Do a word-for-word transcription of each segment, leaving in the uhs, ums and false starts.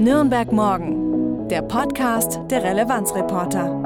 Nürnberg morgen, der Podcast der Relevanzreporter.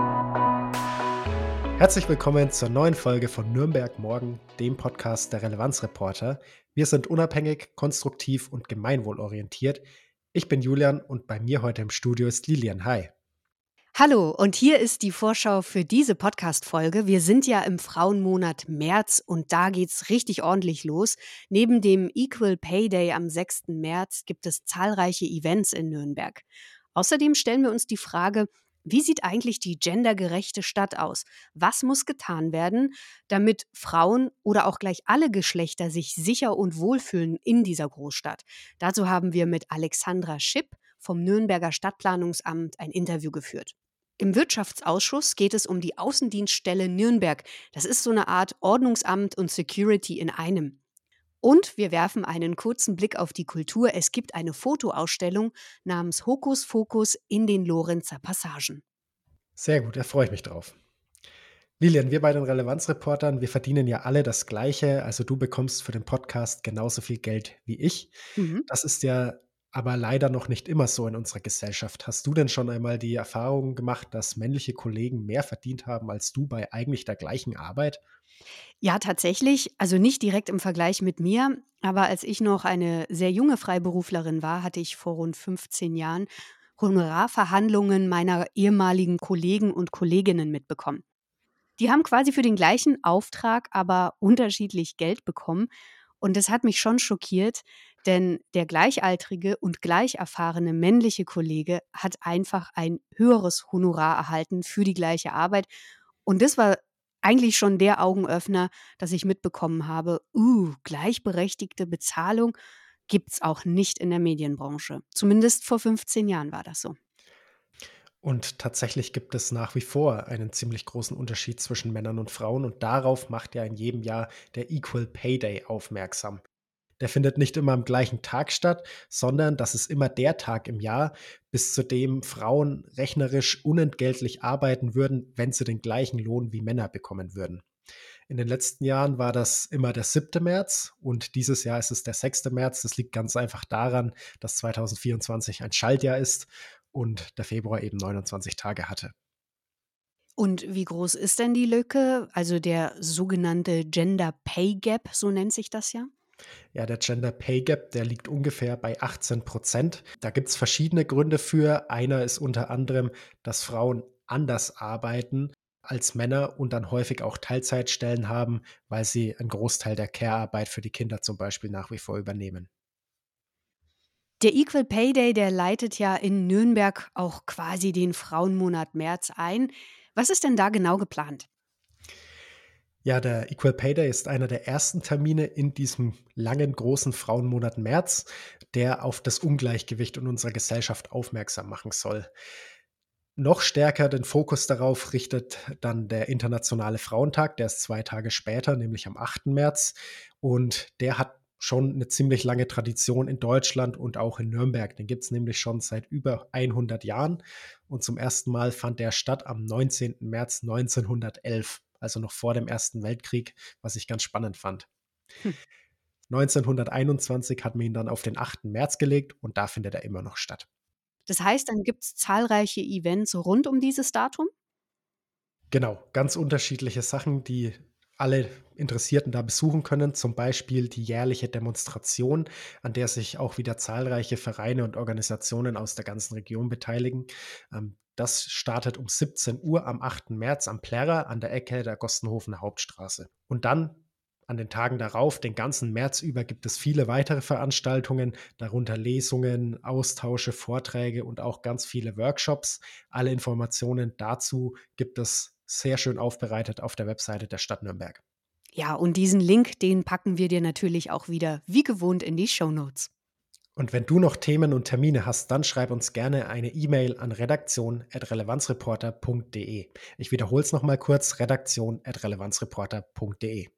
Herzlich willkommen zur neuen Folge von Nürnberg morgen, dem Podcast der Relevanzreporter. Wir sind unabhängig, konstruktiv und gemeinwohlorientiert. Ich bin Julian und bei mir heute im Studio ist Lilian. Hi. Hallo, und hier ist die Vorschau für diese Podcast-Folge. Wir sind ja im Frauenmonat März und da geht's richtig ordentlich los. Neben dem Equal Pay Day am sechsten März gibt es zahlreiche Events in Nürnberg. Außerdem stellen wir uns die Frage, wie sieht eigentlich die gendergerechte Stadt aus? Was muss getan werden, damit Frauen oder auch gleich alle Geschlechter sich sicher und wohlfühlen in dieser Großstadt? Dazu haben wir mit Alexandra Schipp vom Nürnberger Stadtplanungsamt ein Interview geführt. Im Wirtschaftsausschuss geht es um die Außendienststelle Nürnberg. Das ist so eine Art Ordnungsamt und Security in einem. Und wir werfen einen kurzen Blick auf die Kultur. Es gibt eine Fotoausstellung namens Hokus Fokus in den Lorenzer Passagen. Sehr gut, da freue ich mich drauf. Lilian, wir bei den Relevanzreportern, wir verdienen ja alle das Gleiche. Also du bekommst für den Podcast genauso viel Geld wie ich. Mhm. Das ist ja aber leider noch nicht immer so in unserer Gesellschaft. Hast du denn schon einmal die Erfahrung gemacht, dass männliche Kollegen mehr verdient haben als du bei eigentlich der gleichen Arbeit? Ja, tatsächlich. Also nicht direkt im Vergleich mit mir, aber als ich noch eine sehr junge Freiberuflerin war, hatte ich vor rund fünfzehn Jahren Honorarverhandlungen meiner ehemaligen Kollegen und Kolleginnen mitbekommen. Die haben quasi für den gleichen Auftrag, aber unterschiedlich Geld bekommen. Und das hat mich schon schockiert, denn der gleichaltrige und gleich erfahrene männliche Kollege hat einfach ein höheres Honorar erhalten für die gleiche Arbeit. Und das war eigentlich schon der Augenöffner, dass ich mitbekommen habe, uh, gleichberechtigte Bezahlung gibt's auch nicht in der Medienbranche. Zumindest vor fünfzehn Jahren war das so. Und tatsächlich gibt es nach wie vor einen ziemlich großen Unterschied zwischen Männern und Frauen und darauf macht ja in jedem Jahr der Equal Pay Day aufmerksam. Der findet nicht immer am gleichen Tag statt, sondern das ist immer der Tag im Jahr, bis zu dem Frauen rechnerisch unentgeltlich arbeiten würden, wenn sie den gleichen Lohn wie Männer bekommen würden. In den letzten Jahren war das immer der siebte März und dieses Jahr ist es der sechste März. Das liegt ganz einfach daran, dass zwanzig vierundzwanzig ein Schaltjahr ist und der Februar eben neunundzwanzig Tage hatte. Und wie groß ist denn die Lücke? Also der sogenannte Gender Pay Gap, so nennt sich das ja? Ja, der Gender Pay Gap, der liegt ungefähr bei achtzehn Prozent. Da gibt es verschiedene Gründe für. Einer ist unter anderem, dass Frauen anders arbeiten als Männer und dann häufig auch Teilzeitstellen haben, weil sie einen Großteil der Care-Arbeit für die Kinder zum Beispiel nach wie vor übernehmen. Der Equal Pay Day, der leitet ja in Nürnberg auch quasi den Frauenmonat März ein. Was ist denn da genau geplant? Ja, der Equal Pay Day ist einer der ersten Termine in diesem langen, großen Frauenmonat März, der auf das Ungleichgewicht in unserer Gesellschaft aufmerksam machen soll. Noch stärker den Fokus darauf richtet dann der Internationale Frauentag, der ist zwei Tage später, nämlich am achten März. Und der hat schon eine ziemlich lange Tradition in Deutschland und auch in Nürnberg. Den gibt es nämlich schon seit über hundert Jahren. Und zum ersten Mal fand der statt am neunzehnten März neunzehnhundertelf, also noch vor dem Ersten Weltkrieg, was ich ganz spannend fand. Hm. neunzehnhunderteinundzwanzig hat man ihn dann auf den achten März gelegt und da findet er immer noch statt. Das heißt, dann gibt es zahlreiche Events rund um dieses Datum? Genau, ganz unterschiedliche Sachen, die alle Interessierten da besuchen können. Zum Beispiel die jährliche Demonstration, an der sich auch wieder zahlreiche Vereine und Organisationen aus der ganzen Region beteiligen. Ähm, das startet um siebzehn Uhr am achten März am Plärrer an der Ecke der Gostenhofener Hauptstraße. Und dann an den Tagen darauf, den ganzen März über, gibt es viele weitere Veranstaltungen, darunter Lesungen, Austausche, Vorträge und auch ganz viele Workshops. Alle Informationen dazu gibt es sehr schön aufbereitet auf der Webseite der Stadt Nürnberg. Ja, und diesen Link, den packen wir dir natürlich auch wieder wie gewohnt in die Shownotes. Und wenn du noch Themen und Termine hast, dann schreib uns gerne eine E-Mail an redaktion at relevanzreporter punkt de. Ich wiederhole es nochmal kurz, redaktion at relevanzreporter punkt de.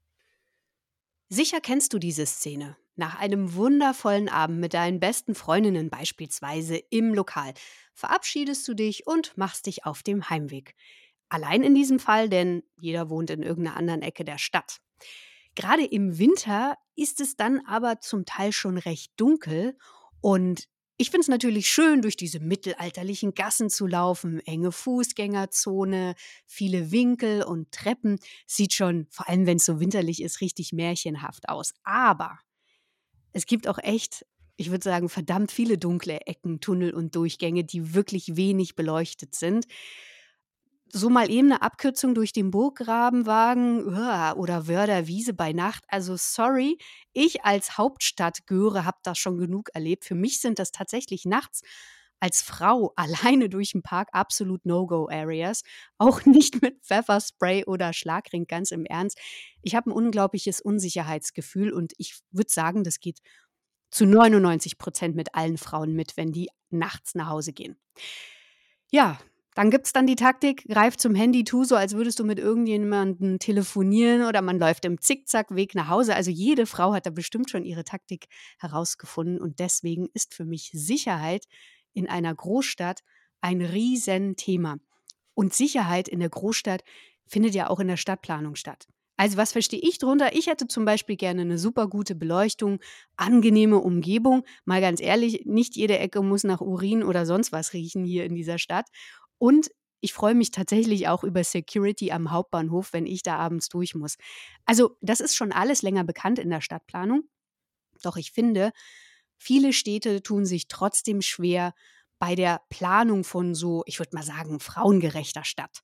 Sicher kennst du diese Szene. Nach einem wundervollen Abend mit deinen besten Freundinnen beispielsweise im Lokal verabschiedest du dich und machst dich auf dem Heimweg. Allein in diesem Fall, denn jeder wohnt in irgendeiner anderen Ecke der Stadt. Gerade im Winter ist es dann aber zum Teil schon recht dunkel und Ich finde es natürlich schön, durch diese mittelalterlichen Gassen zu laufen, enge Fußgängerzone, viele Winkel und Treppen. Sieht schon, vor allem wenn es so winterlich ist, richtig märchenhaft aus. Aber es gibt auch echt, ich würde sagen, verdammt viele dunkle Ecken, Tunnel und Durchgänge, die wirklich wenig beleuchtet sind. So mal eben eine Abkürzung durch den Burggrabenwagen uah, oder Wörderwiese bei Nacht. Also sorry, ich als Hauptstadtgöre habe das schon genug erlebt. Für mich sind das tatsächlich nachts als Frau alleine durch den Park absolut No-Go-Areas. Auch nicht mit Pfefferspray oder Schlagring, ganz im Ernst. Ich habe ein unglaubliches Unsicherheitsgefühl und ich würde sagen, das geht zu neunundneunzig Prozent mit allen Frauen mit, wenn die nachts nach Hause gehen. Ja, dann gibt's dann die Taktik, greif zum Handy, tu so, als würdest du mit irgendjemandem telefonieren oder man läuft im Zickzackweg nach Hause. Also jede Frau hat da bestimmt schon ihre Taktik herausgefunden und deswegen ist für mich Sicherheit in einer Großstadt ein Riesenthema. Und Sicherheit in der Großstadt findet ja auch in der Stadtplanung statt. Also was verstehe ich drunter? Ich hätte zum Beispiel gerne eine super gute Beleuchtung, angenehme Umgebung. Mal ganz ehrlich, nicht jede Ecke muss nach Urin oder sonst was riechen hier in dieser Stadt. Und ich freue mich tatsächlich auch über Security am Hauptbahnhof, wenn ich da abends durch muss. Also das ist schon alles länger bekannt in der Stadtplanung. Doch ich finde, viele Städte tun sich trotzdem schwer bei der Planung von so, ich würde mal sagen, frauengerechter Stadt.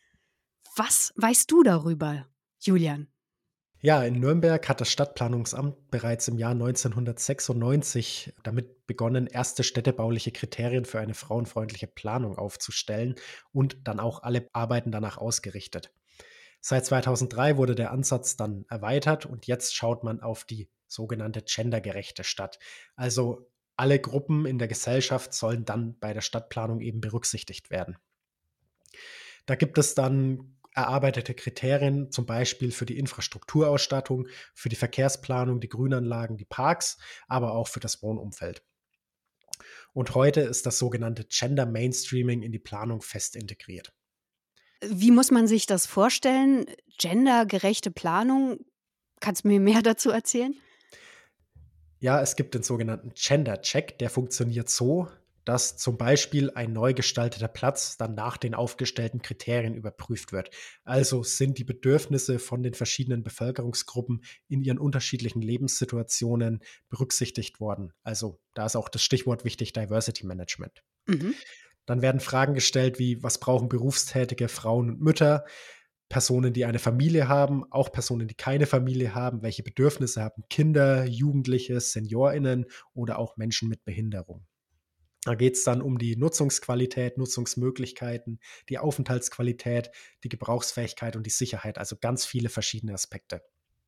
Was weißt du darüber, Julian? Ja, in Nürnberg hat das Stadtplanungsamt bereits im Jahr neunzehnhundertsechsundneunzig damit begonnen, erste städtebauliche Kriterien für eine frauenfreundliche Planung aufzustellen und dann auch alle Arbeiten danach ausgerichtet. Seit zweitausenddrei wurde der Ansatz dann erweitert und jetzt schaut man auf die sogenannte gendergerechte Stadt. Also alle Gruppen in der Gesellschaft sollen dann bei der Stadtplanung eben berücksichtigt werden. Da gibt es dann erarbeitete Kriterien, zum Beispiel für die Infrastrukturausstattung, für die Verkehrsplanung, die Grünanlagen, die Parks, aber auch für das Wohnumfeld. Und heute ist das sogenannte Gender Mainstreaming in die Planung fest integriert. Wie muss man sich das vorstellen? Gendergerechte Planung? Kannst du mir mehr dazu erzählen? Ja, es gibt den sogenannten Gender Check, der funktioniert so, dass zum Beispiel ein neu gestalteter Platz dann nach den aufgestellten Kriterien überprüft wird. Also sind die Bedürfnisse von den verschiedenen Bevölkerungsgruppen in ihren unterschiedlichen Lebenssituationen berücksichtigt worden. Also da ist auch das Stichwort wichtig, Diversity Management. Mhm. Dann werden Fragen gestellt wie, was brauchen berufstätige Frauen und Mütter, Personen, die eine Familie haben, auch Personen, die keine Familie haben, welche Bedürfnisse haben Kinder, Jugendliche, SeniorInnen oder auch Menschen mit Behinderung. Da geht es dann um die Nutzungsqualität, Nutzungsmöglichkeiten, die Aufenthaltsqualität, die Gebrauchsfähigkeit und die Sicherheit, also ganz viele verschiedene Aspekte.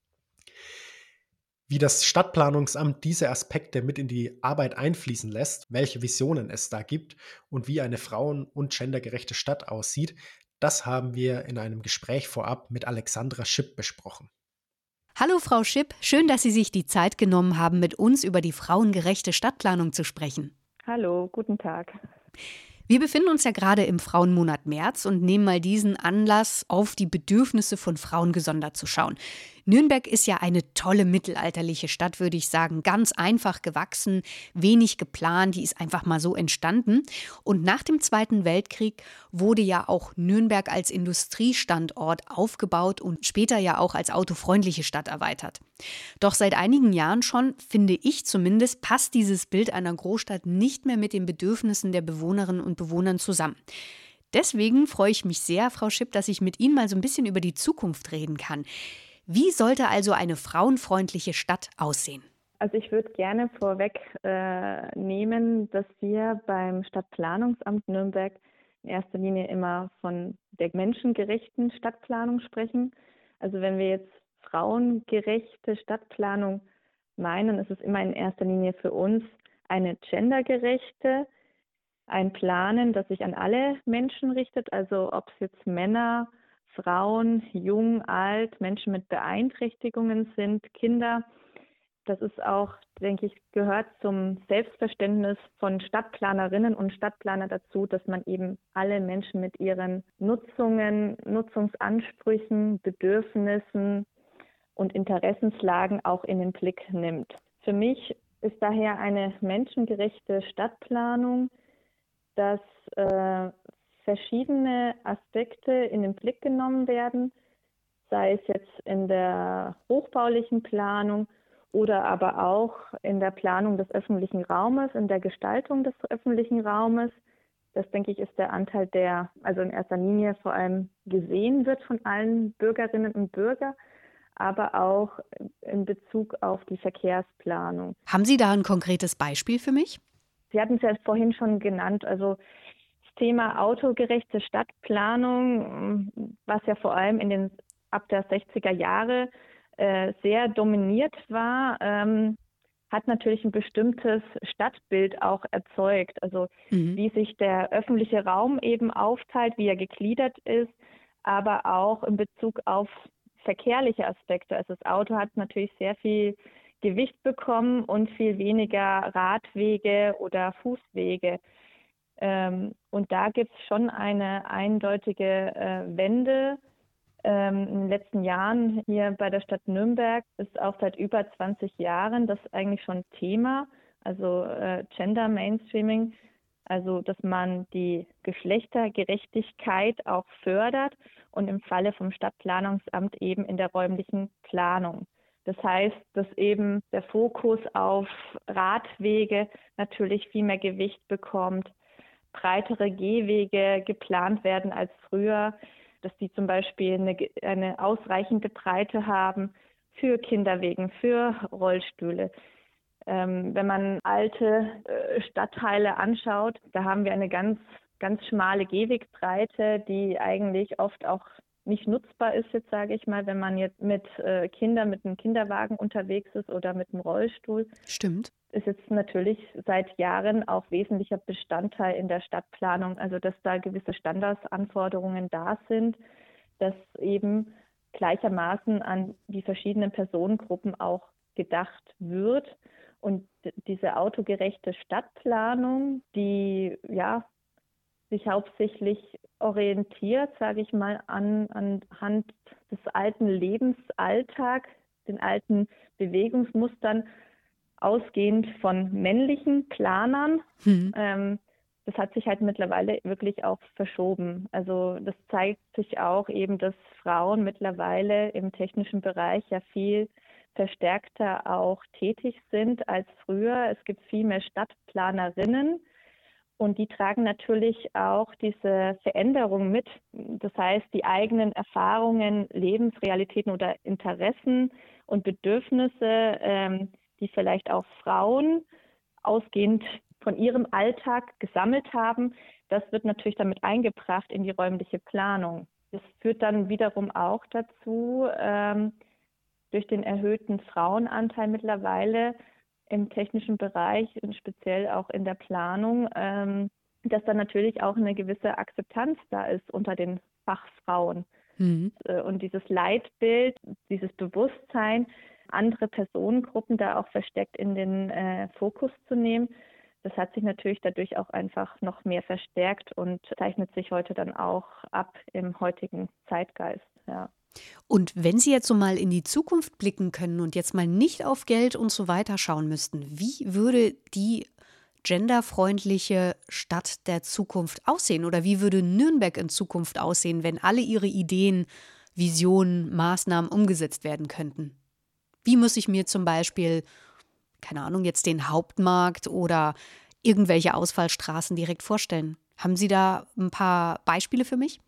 Wie das Stadtplanungsamt diese Aspekte mit in die Arbeit einfließen lässt, welche Visionen es da gibt und wie eine frauen- und gendergerechte Stadt aussieht, das haben wir in einem Gespräch vorab mit Alexandra Schipp besprochen. Hallo Frau Schipp, schön, dass Sie sich die Zeit genommen haben, mit uns über die frauengerechte Stadtplanung zu sprechen. Hallo, guten Tag. Wir befinden uns ja gerade im Frauenmonat März und nehmen mal diesen Anlass, auf die Bedürfnisse von Frauen gesondert zu schauen. Nürnberg ist ja eine tolle mittelalterliche Stadt, würde ich sagen. Ganz einfach gewachsen, wenig geplant, die ist einfach mal so entstanden. Und nach dem Zweiten Weltkrieg wurde ja auch Nürnberg als Industriestandort aufgebaut und später ja auch als autofreundliche Stadt erweitert. Doch seit einigen Jahren schon, finde ich zumindest, passt dieses Bild einer Großstadt nicht mehr mit den Bedürfnissen der Bewohnerinnen und Bewohnern zusammen. Deswegen freue ich mich sehr, Frau Schipp, dass ich mit Ihnen mal so ein bisschen über die Zukunft reden kann. Wie sollte also eine frauenfreundliche Stadt aussehen? Also ich würde gerne vorweg äh, nehmen, dass wir beim Stadtplanungsamt Nürnberg in erster Linie immer von der menschengerechten Stadtplanung sprechen. Also wenn wir jetzt frauengerechte Stadtplanung meinen, ist es immer in erster Linie für uns eine gendergerechte, ein Planen, das sich an alle Menschen richtet, also ob es jetzt Männer, Frauen, jung, alt, Menschen mit Beeinträchtigungen sind, Kinder. Das ist auch, denke ich, gehört zum Selbstverständnis von Stadtplanerinnen und Stadtplaner dazu, dass man eben alle Menschen mit ihren Nutzungen, Nutzungsansprüchen, Bedürfnissen und Interessenslagen auch in den Blick nimmt. Für mich ist daher eine menschengerechte Stadtplanung, dass äh, verschiedene Aspekte in den Blick genommen werden, sei es jetzt in der hochbaulichen Planung oder aber auch in der Planung des öffentlichen Raumes, in der Gestaltung des öffentlichen Raumes. Das, denke ich, ist der Anteil, der also in erster Linie vor allem gesehen wird von allen Bürgerinnen und Bürgern, aber auch in Bezug auf die Verkehrsplanung. Haben Sie da ein konkretes Beispiel für mich? Sie hatten es ja vorhin schon genannt, also das Thema autogerechte Stadtplanung, was ja vor allem in den ab der sechziger Jahre äh, sehr dominiert war, ähm, hat natürlich ein bestimmtes Stadtbild auch erzeugt. Also Mhm. wie sich der öffentliche Raum eben aufteilt, wie er gegliedert ist, aber auch in Bezug auf verkehrliche Aspekte. Also das Auto hat natürlich sehr viel Gewicht bekommen und viel weniger Radwege oder Fußwege. Ähm, und da gibt es schon eine eindeutige äh, Wende. Ähm, in den letzten Jahren hier bei der Stadt Nürnberg ist auch seit über zwanzig Jahren das eigentlich schon Thema, also äh, Gender Mainstreaming, also dass man die Geschlechtergerechtigkeit auch fördert und im Falle vom Stadtplanungsamt eben in der räumlichen Planung. Das heißt, dass eben der Fokus auf Radwege natürlich viel mehr Gewicht bekommt, breitere Gehwege geplant werden als früher, dass die zum Beispiel eine, eine ausreichende Breite haben für Kinderwegen, für Rollstühle. Ähm, wenn man alte äh, Stadtteile anschaut, da haben wir eine ganz, ganz schmale Gehwegbreite, die eigentlich oft auch nicht nutzbar ist, jetzt sage ich mal, wenn man jetzt mit äh, Kindern, mit einem Kinderwagen unterwegs ist oder mit einem Rollstuhl. Stimmt. Ist jetzt natürlich seit Jahren auch wesentlicher Bestandteil in der Stadtplanung, also dass da gewisse Standardsanforderungen da sind, dass eben gleichermaßen an die verschiedenen Personengruppen auch gedacht wird. Und diese autogerechte Stadtplanung, die ja sich hauptsächlich orientiert, sage ich mal, an, anhand des alten Lebensalltags, den alten Bewegungsmustern, ausgehend von männlichen Planern. Hm. Ähm, das hat sich halt mittlerweile wirklich auch verschoben. Also das zeigt sich auch eben, dass Frauen mittlerweile im technischen Bereich ja viel verstärkter auch tätig sind als früher. Es gibt viel mehr Stadtplanerinnen und die tragen natürlich auch diese Veränderung mit. Das heißt, die eigenen Erfahrungen, Lebensrealitäten oder Interessen und Bedürfnisse, ähm, die vielleicht auch Frauen ausgehend von ihrem Alltag gesammelt haben, das wird natürlich damit eingebracht in die räumliche Planung. Das führt dann wiederum auch dazu, ähm, durch den erhöhten Frauenanteil mittlerweile im technischen Bereich und speziell auch in der Planung, ähm, dass dann natürlich auch eine gewisse Akzeptanz da ist unter den Fachfrauen. Mhm. Und dieses Leitbild, dieses Bewusstsein, andere Personengruppen da auch versteckt in den äh, Fokus zu nehmen, das hat sich natürlich dadurch auch einfach noch mehr verstärkt und zeichnet sich heute dann auch ab im heutigen Zeitgeist. Ja. Und wenn Sie jetzt so mal in die Zukunft blicken können und jetzt mal nicht auf Geld und so weiter schauen müssten, wie würde die genderfreundliche Stadt der Zukunft aussehen? Oder wie würde Nürnberg in Zukunft aussehen, wenn alle Ihre Ideen, Visionen, Maßnahmen umgesetzt werden könnten? Wie muss ich mir zum Beispiel, keine Ahnung, jetzt den Hauptmarkt oder irgendwelche Ausfallstraßen direkt vorstellen? Haben Sie da ein paar Beispiele für mich?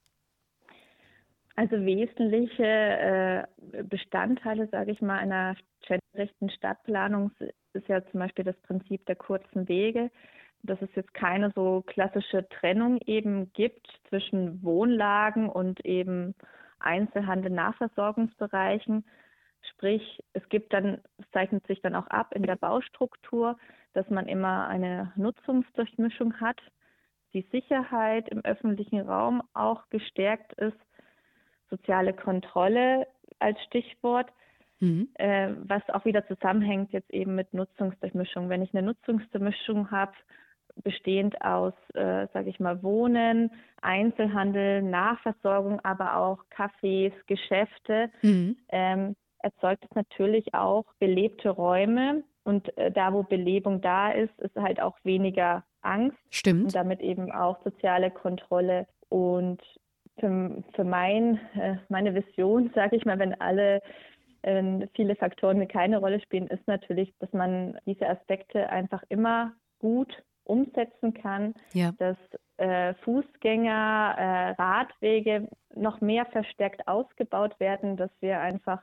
Also wesentliche äh, Bestandteile, sage ich mal, einer gendergerechten Stadtplanung ist ja zum Beispiel das Prinzip der kurzen Wege, dass es jetzt keine so klassische Trennung eben gibt zwischen Wohnlagen und eben Einzelhandel, Nahversorgungsbereichen. Sprich, es gibt dann, es zeichnet sich dann auch ab in der Baustruktur, dass man immer eine Nutzungsdurchmischung hat, die Sicherheit im öffentlichen Raum auch gestärkt ist, soziale Kontrolle als Stichwort, Mhm. äh, was auch wieder zusammenhängt jetzt eben mit Nutzungsdurchmischung. Wenn ich eine Nutzungsdurchmischung habe, bestehend aus, äh, sage ich mal, Wohnen, Einzelhandel, Nahversorgung, aber auch Cafés, Geschäfte, Mhm. ähm, erzeugt es natürlich auch belebte Räume. Und äh, da, wo Belebung da ist, ist halt auch weniger Angst und Stimmt. damit eben auch soziale Kontrolle. Und für, für mein, äh, meine Vision, sage ich mal, wenn alle äh, viele Faktoren keine Rolle spielen, ist natürlich, dass man diese Aspekte einfach immer gut umsetzen kann, Ja. dass äh, Fußgänger, äh, Radwege noch mehr verstärkt ausgebaut werden, dass wir einfach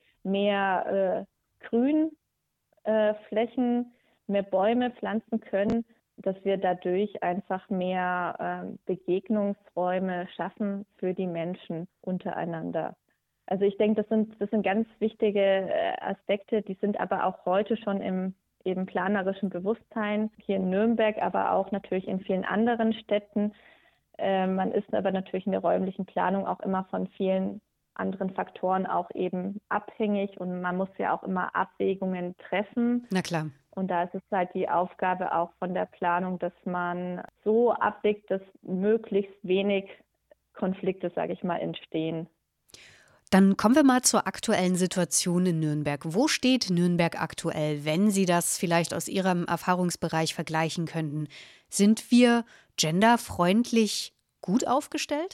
mehr äh, Grün Äh, Flächen, mehr Bäume pflanzen können, dass wir dadurch einfach mehr äh, Begegnungsräume schaffen für die Menschen untereinander. Also ich denke, das sind, das sind ganz wichtige äh, Aspekte, die sind aber auch heute schon im eben planerischen Bewusstsein, hier in Nürnberg, aber auch natürlich in vielen anderen Städten. Äh, man ist aber natürlich in der räumlichen Planung auch immer von vielen anderen Faktoren auch eben abhängig und man muss ja auch immer Abwägungen treffen. Na klar. Und da ist es halt die Aufgabe auch von der Planung, dass man so abwägt, dass möglichst wenig Konflikte, sage ich mal, entstehen. Dann kommen wir mal zur aktuellen Situation in Nürnberg. Wo steht Nürnberg aktuell, wenn Sie das vielleicht aus Ihrem Erfahrungsbereich vergleichen könnten? Sind wir genderfreundlich gut aufgestellt?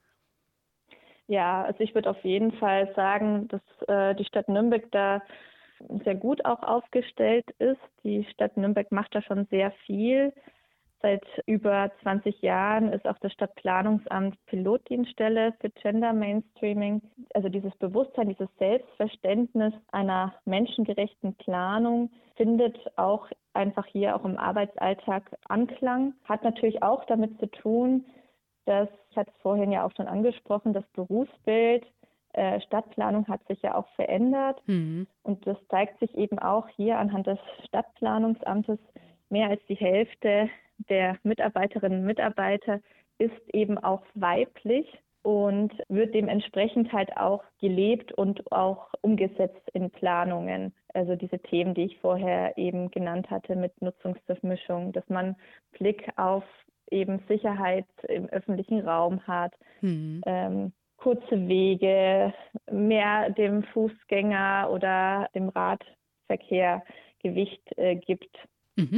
Ja, also ich würde auf jeden Fall sagen, dass äh, die Stadt Nürnberg da sehr gut auch aufgestellt ist. Die Stadt Nürnberg macht da schon sehr viel. Seit über zwanzig Jahren ist auch das Stadtplanungsamt Pilotdienststelle für Gender Mainstreaming. Also dieses Bewusstsein, dieses Selbstverständnis einer menschengerechten Planung findet auch einfach hier auch im Arbeitsalltag Anklang. Hat natürlich auch damit zu tun, dass, ich hatte es vorhin ja auch schon angesprochen, das Berufsbild äh, Stadtplanung hat sich ja auch verändert. Mhm. Und das zeigt sich eben auch hier anhand des Stadtplanungsamtes. Mehr als die Hälfte der Mitarbeiterinnen und Mitarbeiter ist eben auch weiblich und wird dementsprechend halt auch gelebt und auch umgesetzt in Planungen. Also diese Themen, die ich vorher eben genannt hatte mit Nutzungsdurchmischung, dass man Blick auf eben Sicherheit im öffentlichen Raum hat, Mhm. ähm, kurze Wege, mehr dem Fußgänger oder dem Radverkehr Gewicht äh, gibt. Mhm.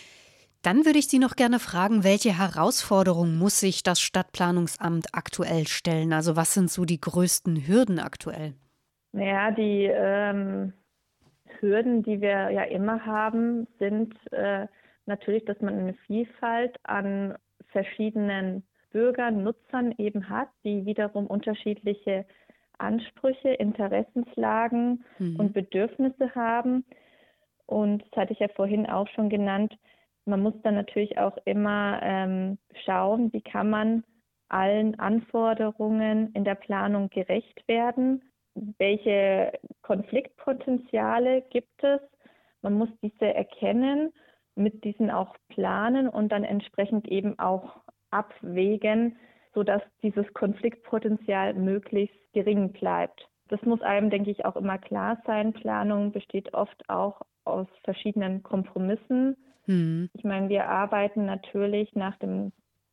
Dann würde ich Sie noch gerne fragen, welche Herausforderungen muss sich das Stadtplanungsamt aktuell stellen? Also was sind so die größten Hürden aktuell? Naja, die ähm, Hürden, die wir ja immer haben, sind äh, natürlich, dass man eine Vielfalt an verschiedenen Bürgern, Nutzern eben hat, die wiederum unterschiedliche Ansprüche, Interessenslagen Mhm. und Bedürfnisse haben. Und das hatte ich ja vorhin auch schon genannt, man muss dann natürlich auch immer ähm, schauen, wie kann man allen Anforderungen in der Planung gerecht werden, welche Konfliktpotenziale gibt es. Man muss diese erkennen, mit diesen auch planen und dann entsprechend eben auch abwägen, sodass dieses Konfliktpotenzial möglichst gering bleibt. Das muss einem, denke ich, auch immer klar sein. Planung besteht oft auch aus verschiedenen Kompromissen. Mhm. Ich meine, wir arbeiten natürlich nach dem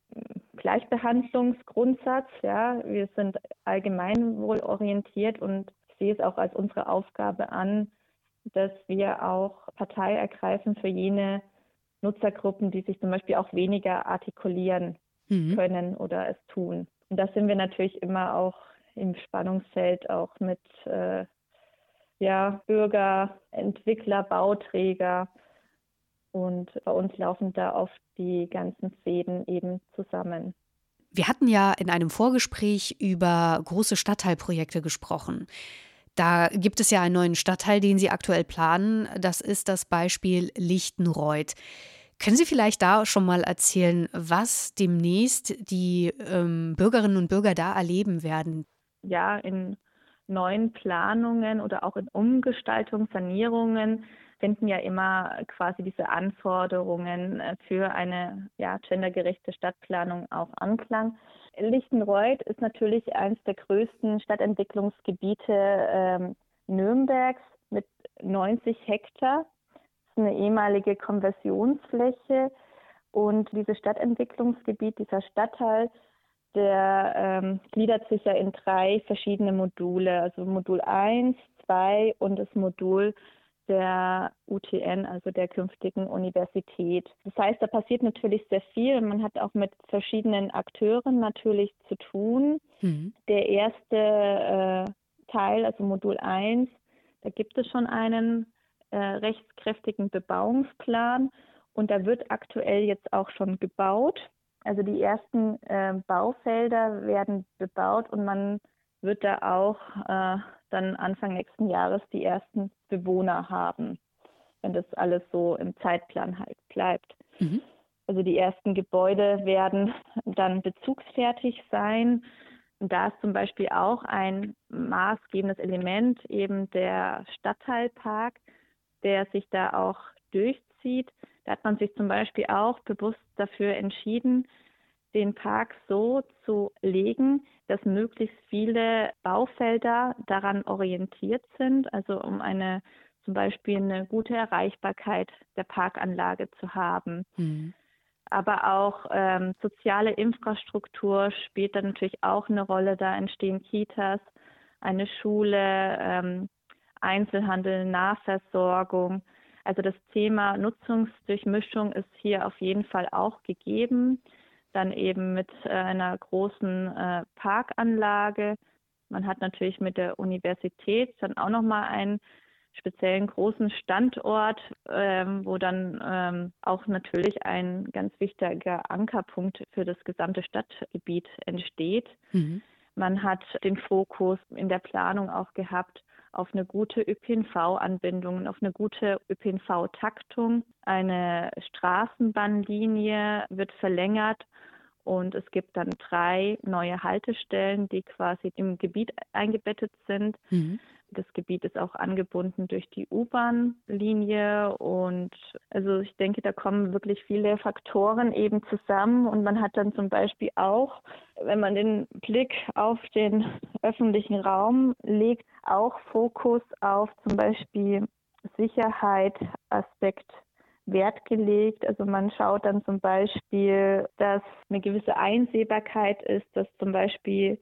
Gleichbehandlungsgrundsatz. Ja, wir sind allgemeinwohlorientiert und ich sehe es auch als unsere Aufgabe an, dass wir auch Partei ergreifen für jene Nutzergruppen, die sich zum Beispiel auch weniger artikulieren Mhm. können oder es tun. Und da sind wir natürlich immer auch im Spannungsfeld auch mit äh, ja, Bürger, Entwickler, Bauträger. Und bei uns laufen da oft die ganzen Fäden eben zusammen. Wir hatten ja in einem Vorgespräch über große Stadtteilprojekte gesprochen. Da gibt es ja einen neuen Stadtteil, den Sie aktuell planen. Das ist das Beispiel Lichtenreuth. Können Sie vielleicht da schon mal erzählen, was demnächst die ähm, Bürgerinnen und Bürger da erleben werden? Ja, in neuen Planungen oder auch in Umgestaltung, Sanierungen finden ja immer quasi diese Anforderungen für eine ja, gendergerechte Stadtplanung auch Anklang. Lichtenreuth ist natürlich eines der größten Stadtentwicklungsgebiete ähm, Nürnbergs mit neunzig Hektar. Das ist eine ehemalige Konversionsfläche und dieses Stadtentwicklungsgebiet, dieser Stadtteil, der ähm, gliedert sich ja in drei verschiedene Module. Also Modul eins, zwei und das Modul der U T N, also der künftigen Universität. Das heißt, da passiert natürlich sehr viel. Man hat auch mit verschiedenen Akteuren natürlich zu tun. Mhm. Der erste äh, Teil, also Modul eins, da gibt es schon einen äh, rechtskräftigen Bebauungsplan und da wird aktuell jetzt auch schon gebaut. Also die ersten äh, Baufelder werden bebaut und man wird da auch äh, dann Anfang nächsten Jahres die ersten Bewohner haben, wenn das alles so im Zeitplan halt bleibt. Mhm. Also die ersten Gebäude werden dann bezugsfertig sein. Und da ist zum Beispiel auch ein maßgebendes Element eben der Stadtteilpark, der sich da auch durchzieht. Da hat man sich zum Beispiel auch bewusst dafür entschieden, den Park so zu legen, dass möglichst viele Baufelder daran orientiert sind, also um eine zum Beispiel eine gute Erreichbarkeit der Parkanlage zu haben. Mhm. Aber auch ähm, soziale Infrastruktur spielt da natürlich auch eine Rolle. Da entstehen Kitas, eine Schule, ähm, Einzelhandel, Nahversorgung. Also das Thema Nutzungsdurchmischung ist hier auf jeden Fall auch gegeben. Dann eben mit äh, einer großen äh, Parkanlage. Man hat natürlich mit der Universität dann auch nochmal einen speziellen großen Standort, ähm, wo dann ähm, auch natürlich ein ganz wichtiger Ankerpunkt für das gesamte Stadtgebiet entsteht. Mhm. Man hat den Fokus in der Planung auch gehabt auf eine gute Ö P N V-Anbindung, auf eine gute Ö P N V-Taktung. Eine Straßenbahnlinie wird verlängert und es gibt dann drei neue Haltestellen, die quasi im Gebiet eingebettet sind. Mhm. Das Gebiet ist auch angebunden durch die U-Bahn-Linie und also ich denke, da kommen wirklich viele Faktoren eben zusammen und man hat dann zum Beispiel auch, wenn man den Blick auf den öffentlichen Raum legt, auch Fokus auf zum Beispiel Sicherheit, Aspekt Wert gelegt. Also man schaut dann zum Beispiel, dass eine gewisse Einsehbarkeit ist, dass zum Beispiel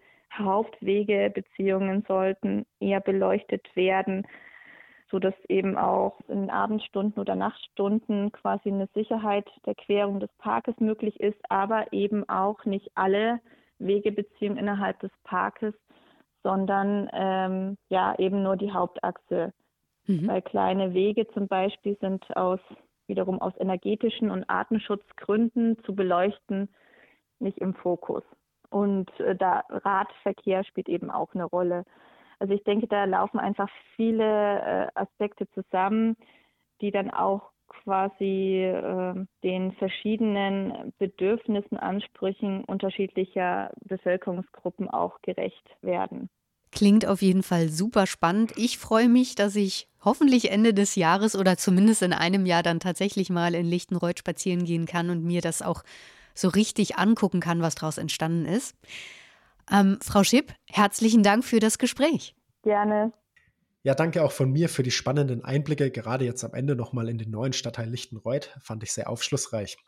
Hauptwegebeziehungen sollten eher beleuchtet werden, sodass eben auch in Abendstunden oder Nachtstunden quasi eine Sicherheit der Querung des Parkes möglich ist, aber eben auch nicht alle Wegebeziehungen innerhalb des Parkes, sondern ähm, ja eben nur die Hauptachse. Mhm. Weil kleine Wege zum Beispiel sind aus wiederum aus energetischen und Artenschutzgründen zu beleuchten nicht im Fokus. Und äh, da Radverkehr spielt eben auch eine Rolle. Also ich denke, da laufen einfach viele äh, Aspekte zusammen, die dann auch quasi äh, den verschiedenen Bedürfnissen, Ansprüchen unterschiedlicher Bevölkerungsgruppen auch gerecht werden. Klingt auf jeden Fall super spannend. Ich freue mich, dass ich hoffentlich Ende des Jahres oder zumindest in einem Jahr dann tatsächlich mal in Lichtenreuth spazieren gehen kann und mir das auch so richtig angucken kann, was daraus entstanden ist. Ähm, Frau Schipp, herzlichen Dank für das Gespräch. Gerne. Ja, danke auch von mir für die spannenden Einblicke, gerade jetzt am Ende nochmal in den neuen Stadtteil Lichtenreuth. Fand ich sehr aufschlussreich.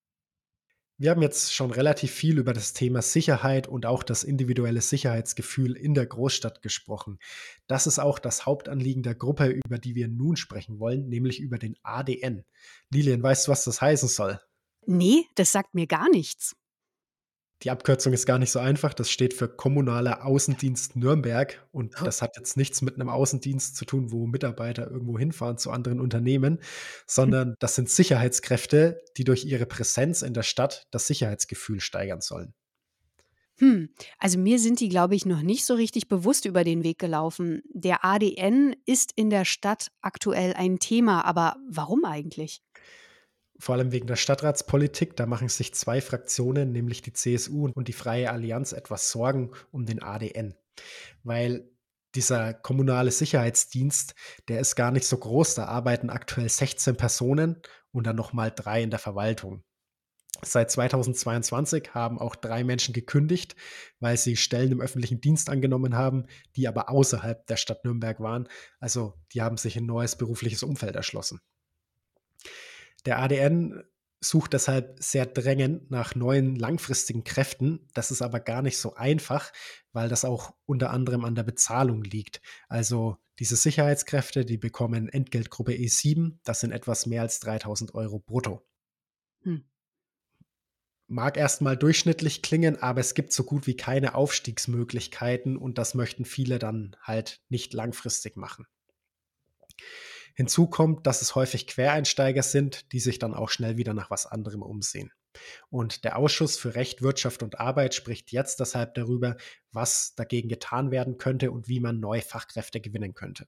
Wir haben jetzt schon relativ viel über das Thema Sicherheit und auch das individuelle Sicherheitsgefühl in der Großstadt gesprochen. Das ist auch das Hauptanliegen der Gruppe, über die wir nun sprechen wollen, nämlich über den A D N. Lilian, weißt du, was das heißen soll? Nee, das sagt mir gar nichts. Die Abkürzung ist gar nicht so einfach. Das steht für Kommunaler Außendienst Nürnberg. Und das hat jetzt nichts mit einem Außendienst zu tun, wo Mitarbeiter irgendwo hinfahren zu anderen Unternehmen, sondern das sind Sicherheitskräfte, die durch ihre Präsenz in der Stadt das Sicherheitsgefühl steigern sollen. Hm, also mir sind die, glaube ich, noch nicht so richtig bewusst über den Weg gelaufen. Der A D N ist in der Stadt aktuell ein Thema, aber warum eigentlich? Vor allem wegen der Stadtratspolitik, da machen sich zwei Fraktionen, nämlich die C S U und die Freie Allianz, etwas Sorgen um den A D N. Weil dieser kommunale Sicherheitsdienst, der ist gar nicht so groß. Da arbeiten aktuell sechzehn Personen und dann nochmal drei in der Verwaltung. Seit zweitausendzweiundzwanzig haben auch drei Menschen gekündigt, weil sie Stellen im öffentlichen Dienst angenommen haben, die aber außerhalb der Stadt Nürnberg waren. Also die haben sich ein neues berufliches Umfeld erschlossen. Der A D N sucht deshalb sehr drängend nach neuen langfristigen Kräften. Das ist aber gar nicht so einfach, weil das auch unter anderem an der Bezahlung liegt. Also diese Sicherheitskräfte, die bekommen Entgeltgruppe E sieben, das sind etwas mehr als dreitausend Euro brutto. Hm. Mag erstmal durchschnittlich klingen, aber es gibt so gut wie keine Aufstiegsmöglichkeiten und das möchten viele dann halt nicht langfristig machen. Hinzu kommt, dass es häufig Quereinsteiger sind, die sich dann auch schnell wieder nach was anderem umsehen. Und der Ausschuss für Recht, Wirtschaft und Arbeit spricht jetzt deshalb darüber, was dagegen getan werden könnte und wie man neue Fachkräfte gewinnen könnte.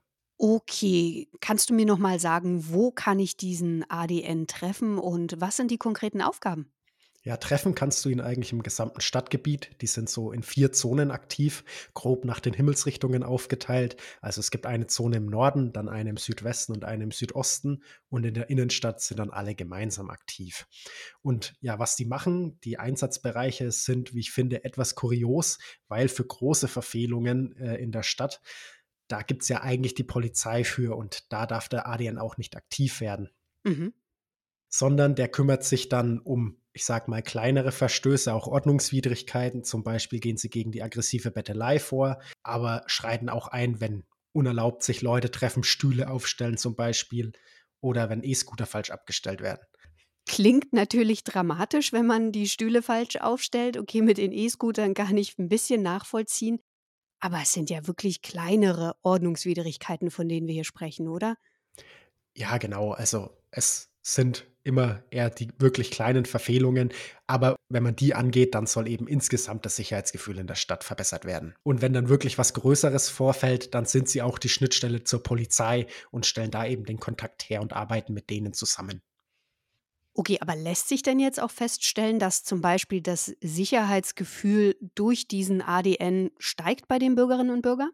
Okay, kannst du mir noch mal sagen, wo kann ich diesen A D N treffen und was sind die konkreten Aufgaben? Ja, treffen kannst du ihn eigentlich im gesamten Stadtgebiet. Die sind so in vier Zonen aktiv, grob nach den Himmelsrichtungen aufgeteilt. Also es gibt eine Zone im Norden, dann eine im Südwesten und eine im Südosten. Und in der Innenstadt sind dann alle gemeinsam aktiv. Und ja, was die machen, die Einsatzbereiche sind, wie ich finde, etwas kurios, weil für große Verfehlungen äh, in der Stadt, da gibt es ja eigentlich die Polizei für und da darf der A D N auch nicht aktiv werden. Mhm. Sondern der kümmert sich dann um, ich sage mal, kleinere Verstöße, auch Ordnungswidrigkeiten. Zum Beispiel gehen sie gegen die aggressive Bettelei vor, aber schreiten auch ein, wenn unerlaubt sich Leute treffen, Stühle aufstellen zum Beispiel oder wenn E-Scooter falsch abgestellt werden. Klingt natürlich dramatisch, wenn man die Stühle falsch aufstellt. Okay, mit den E-Scootern kann ich ein bisschen nachvollziehen. Aber es sind ja wirklich kleinere Ordnungswidrigkeiten, von denen wir hier sprechen, oder? Ja, genau. Also es sind immer eher die wirklich kleinen Verfehlungen, aber wenn man die angeht, dann soll eben insgesamt das Sicherheitsgefühl in der Stadt verbessert werden. Und wenn dann wirklich was Größeres vorfällt, dann sind sie auch die Schnittstelle zur Polizei und stellen da eben den Kontakt her und arbeiten mit denen zusammen. Okay, aber lässt sich denn jetzt auch feststellen, dass zum Beispiel das Sicherheitsgefühl durch diesen A D N steigt bei den Bürgerinnen und Bürgern?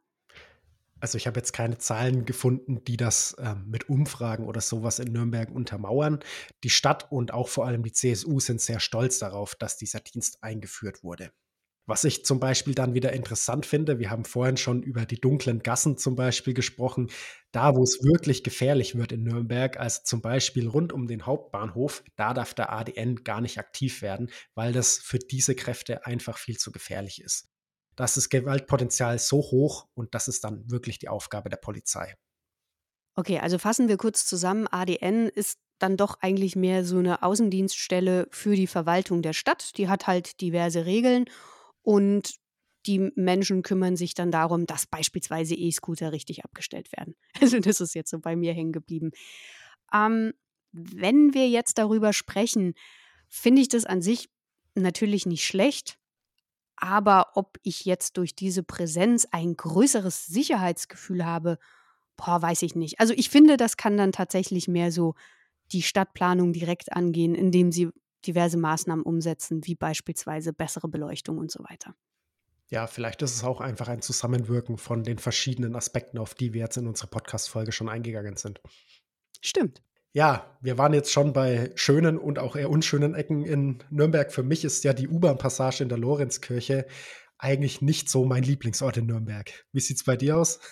Also, ich habe jetzt keine Zahlen gefunden, die das, ähm, mit Umfragen oder sowas in Nürnberg untermauern. Die Stadt und auch vor allem die C S U sind sehr stolz darauf, dass dieser Dienst eingeführt wurde. Was ich zum Beispiel dann wieder interessant finde, wir haben vorhin schon über die dunklen Gassen zum Beispiel gesprochen. Da, wo es wirklich gefährlich wird in Nürnberg, also zum Beispiel rund um den Hauptbahnhof, da darf der A D N gar nicht aktiv werden, weil das für diese Kräfte einfach viel zu gefährlich ist. Da ist das Gewaltpotenzial so hoch und das ist dann wirklich die Aufgabe der Polizei. Okay, also fassen wir kurz zusammen. A D N ist dann doch eigentlich mehr so eine Außendienststelle für die Verwaltung der Stadt. Die hat halt diverse Regeln und die Menschen kümmern sich dann darum, dass beispielsweise E-Scooter richtig abgestellt werden. Also, das ist jetzt so bei mir hängen geblieben. Ähm, Wenn wir jetzt darüber sprechen, finde ich das an sich natürlich nicht schlecht, aber ob ich jetzt durch diese Präsenz ein größeres Sicherheitsgefühl habe, boah, weiß ich nicht. Also, ich finde, das kann dann tatsächlich mehr so die Stadtplanung direkt angehen, indem sie diverse Maßnahmen umsetzen, wie beispielsweise bessere Beleuchtung und so weiter. Ja, vielleicht ist es auch einfach ein Zusammenwirken von den verschiedenen Aspekten, auf die wir jetzt in unserer Podcast-Folge schon eingegangen sind. Stimmt. Ja, wir waren jetzt schon bei schönen und auch eher unschönen Ecken in Nürnberg. Für mich ist ja die U-Bahn-Passage in der Lorenzkirche eigentlich nicht so mein Lieblingsort in Nürnberg. Wie sieht's bei dir aus?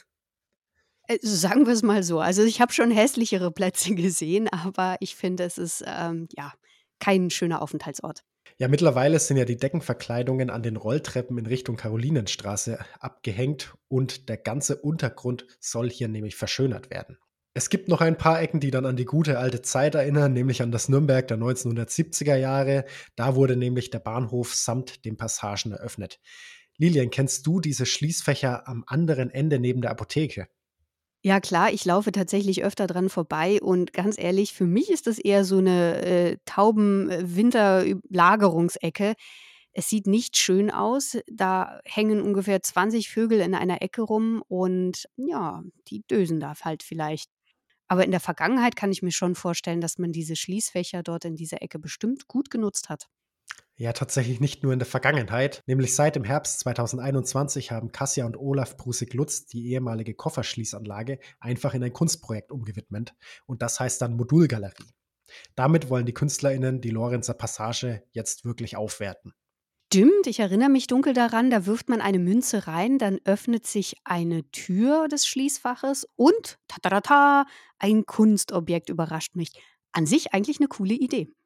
Äh, sagen wir es mal so. Also, ich habe schon hässlichere Plätze gesehen, aber ich finde, es ist, ähm, ja, kein schöner Aufenthaltsort. Ja, mittlerweile sind ja die Deckenverkleidungen an den Rolltreppen in Richtung Karolinenstraße abgehängt und der ganze Untergrund soll hier nämlich verschönert werden. Es gibt noch ein paar Ecken, die dann an die gute alte Zeit erinnern, nämlich an das Nürnberg der neunzehnhundertsiebziger Jahre. Da wurde nämlich der Bahnhof samt den Passagen eröffnet. Lilian, kennst du diese Schließfächer am anderen Ende neben der Apotheke? Ja klar, ich laufe tatsächlich öfter dran vorbei und ganz ehrlich, für mich ist das eher so 'ne, äh, Tauben äh, Winterlagerungsecke. Es sieht nicht schön aus. Da hängen ungefähr zwanzig Vögel in einer Ecke rum und ja, die dösen da halt vielleicht. Aber in der Vergangenheit kann ich mir schon vorstellen, dass man diese Schließfächer dort in dieser Ecke bestimmt gut genutzt hat. Ja, tatsächlich nicht nur in der Vergangenheit. Nämlich seit dem Herbst zweitausendeinundzwanzig haben Kassia und Olaf Prusik-Lutz die ehemalige Kofferschließanlage einfach in ein Kunstprojekt umgewidmet. Und das heißt dann Modulgalerie. Damit wollen die KünstlerInnen die Lorenzer Passage jetzt wirklich aufwerten. Stimmt, ich erinnere mich dunkel daran, da wirft man eine Münze rein, dann öffnet sich eine Tür des Schließfaches und ta-ta-ta-ta, ein Kunstobjekt überrascht mich. An sich eigentlich eine coole Idee.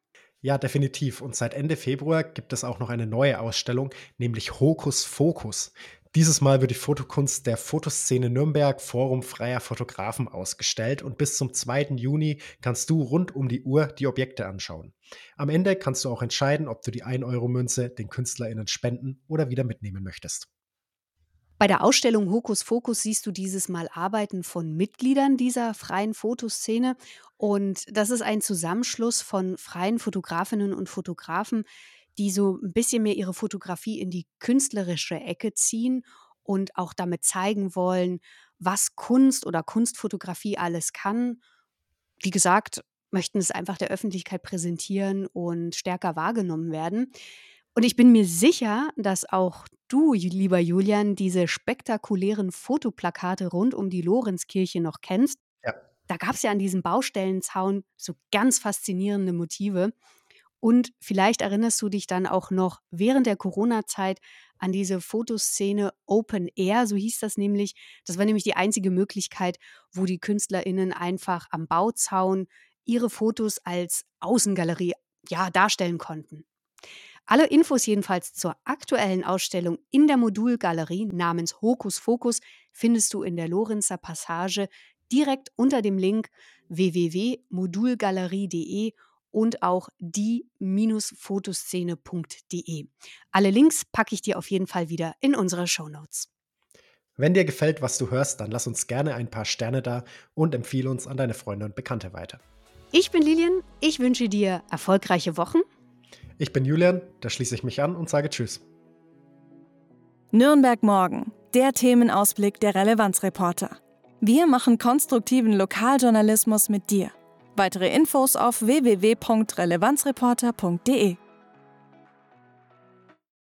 Ja, definitiv. Und seit Ende Februar gibt es auch noch eine neue Ausstellung, nämlich Hokus Fokus. Dieses Mal wird die Fotokunst der Fotoszene Nürnberg Forum freier Fotografen ausgestellt und bis zum zweiten Juni kannst du rund um die Uhr die Objekte anschauen. Am Ende kannst du auch entscheiden, ob du die ein-Euro-Münze den KünstlerInnen spenden oder wieder mitnehmen möchtest. Bei der Ausstellung Hokus Fokus siehst du dieses Mal Arbeiten von Mitgliedern dieser freien Fotoszene. Und das ist ein Zusammenschluss von freien Fotografinnen und Fotografen, die so ein bisschen mehr ihre Fotografie in die künstlerische Ecke ziehen und auch damit zeigen wollen, was Kunst oder Kunstfotografie alles kann. Wie gesagt, möchten es einfach der Öffentlichkeit präsentieren und stärker wahrgenommen werden. Und ich bin mir sicher, dass auch du, lieber Julian, diese spektakulären Fotoplakate rund um die Lorenzkirche noch kennst. Ja. Da gab es ja an diesem Baustellenzaun so ganz faszinierende Motive. Und vielleicht erinnerst du dich dann auch noch während der Corona-Zeit an diese Fotoszene Open Air, so hieß das nämlich. Das war nämlich die einzige Möglichkeit, wo die KünstlerInnen einfach am Bauzaun ihre Fotos als Außengalerie ja, darstellen konnten. Alle Infos jedenfalls zur aktuellen Ausstellung in der Modulgalerie namens Hokus Fokus findest du in der Lorenzer Passage direkt unter dem Link w w w punkt modulgalerie punkt de und auch die Fotoszene punkt de. Alle Links packe ich dir auf jeden Fall wieder in unsere Shownotes. Wenn dir gefällt, was du hörst, dann lass uns gerne ein paar Sterne da und empfehle uns an deine Freunde und Bekannte weiter. Ich bin Lilian, ich wünsche dir erfolgreiche Wochen. Ich bin Julian, da schließe ich mich an und sage Tschüss. Nürnberg morgen, der Themenausblick der Relevanzreporter. Wir machen konstruktiven Lokaljournalismus mit dir. Weitere Infos auf w w w punkt relevanzreporter punkt de.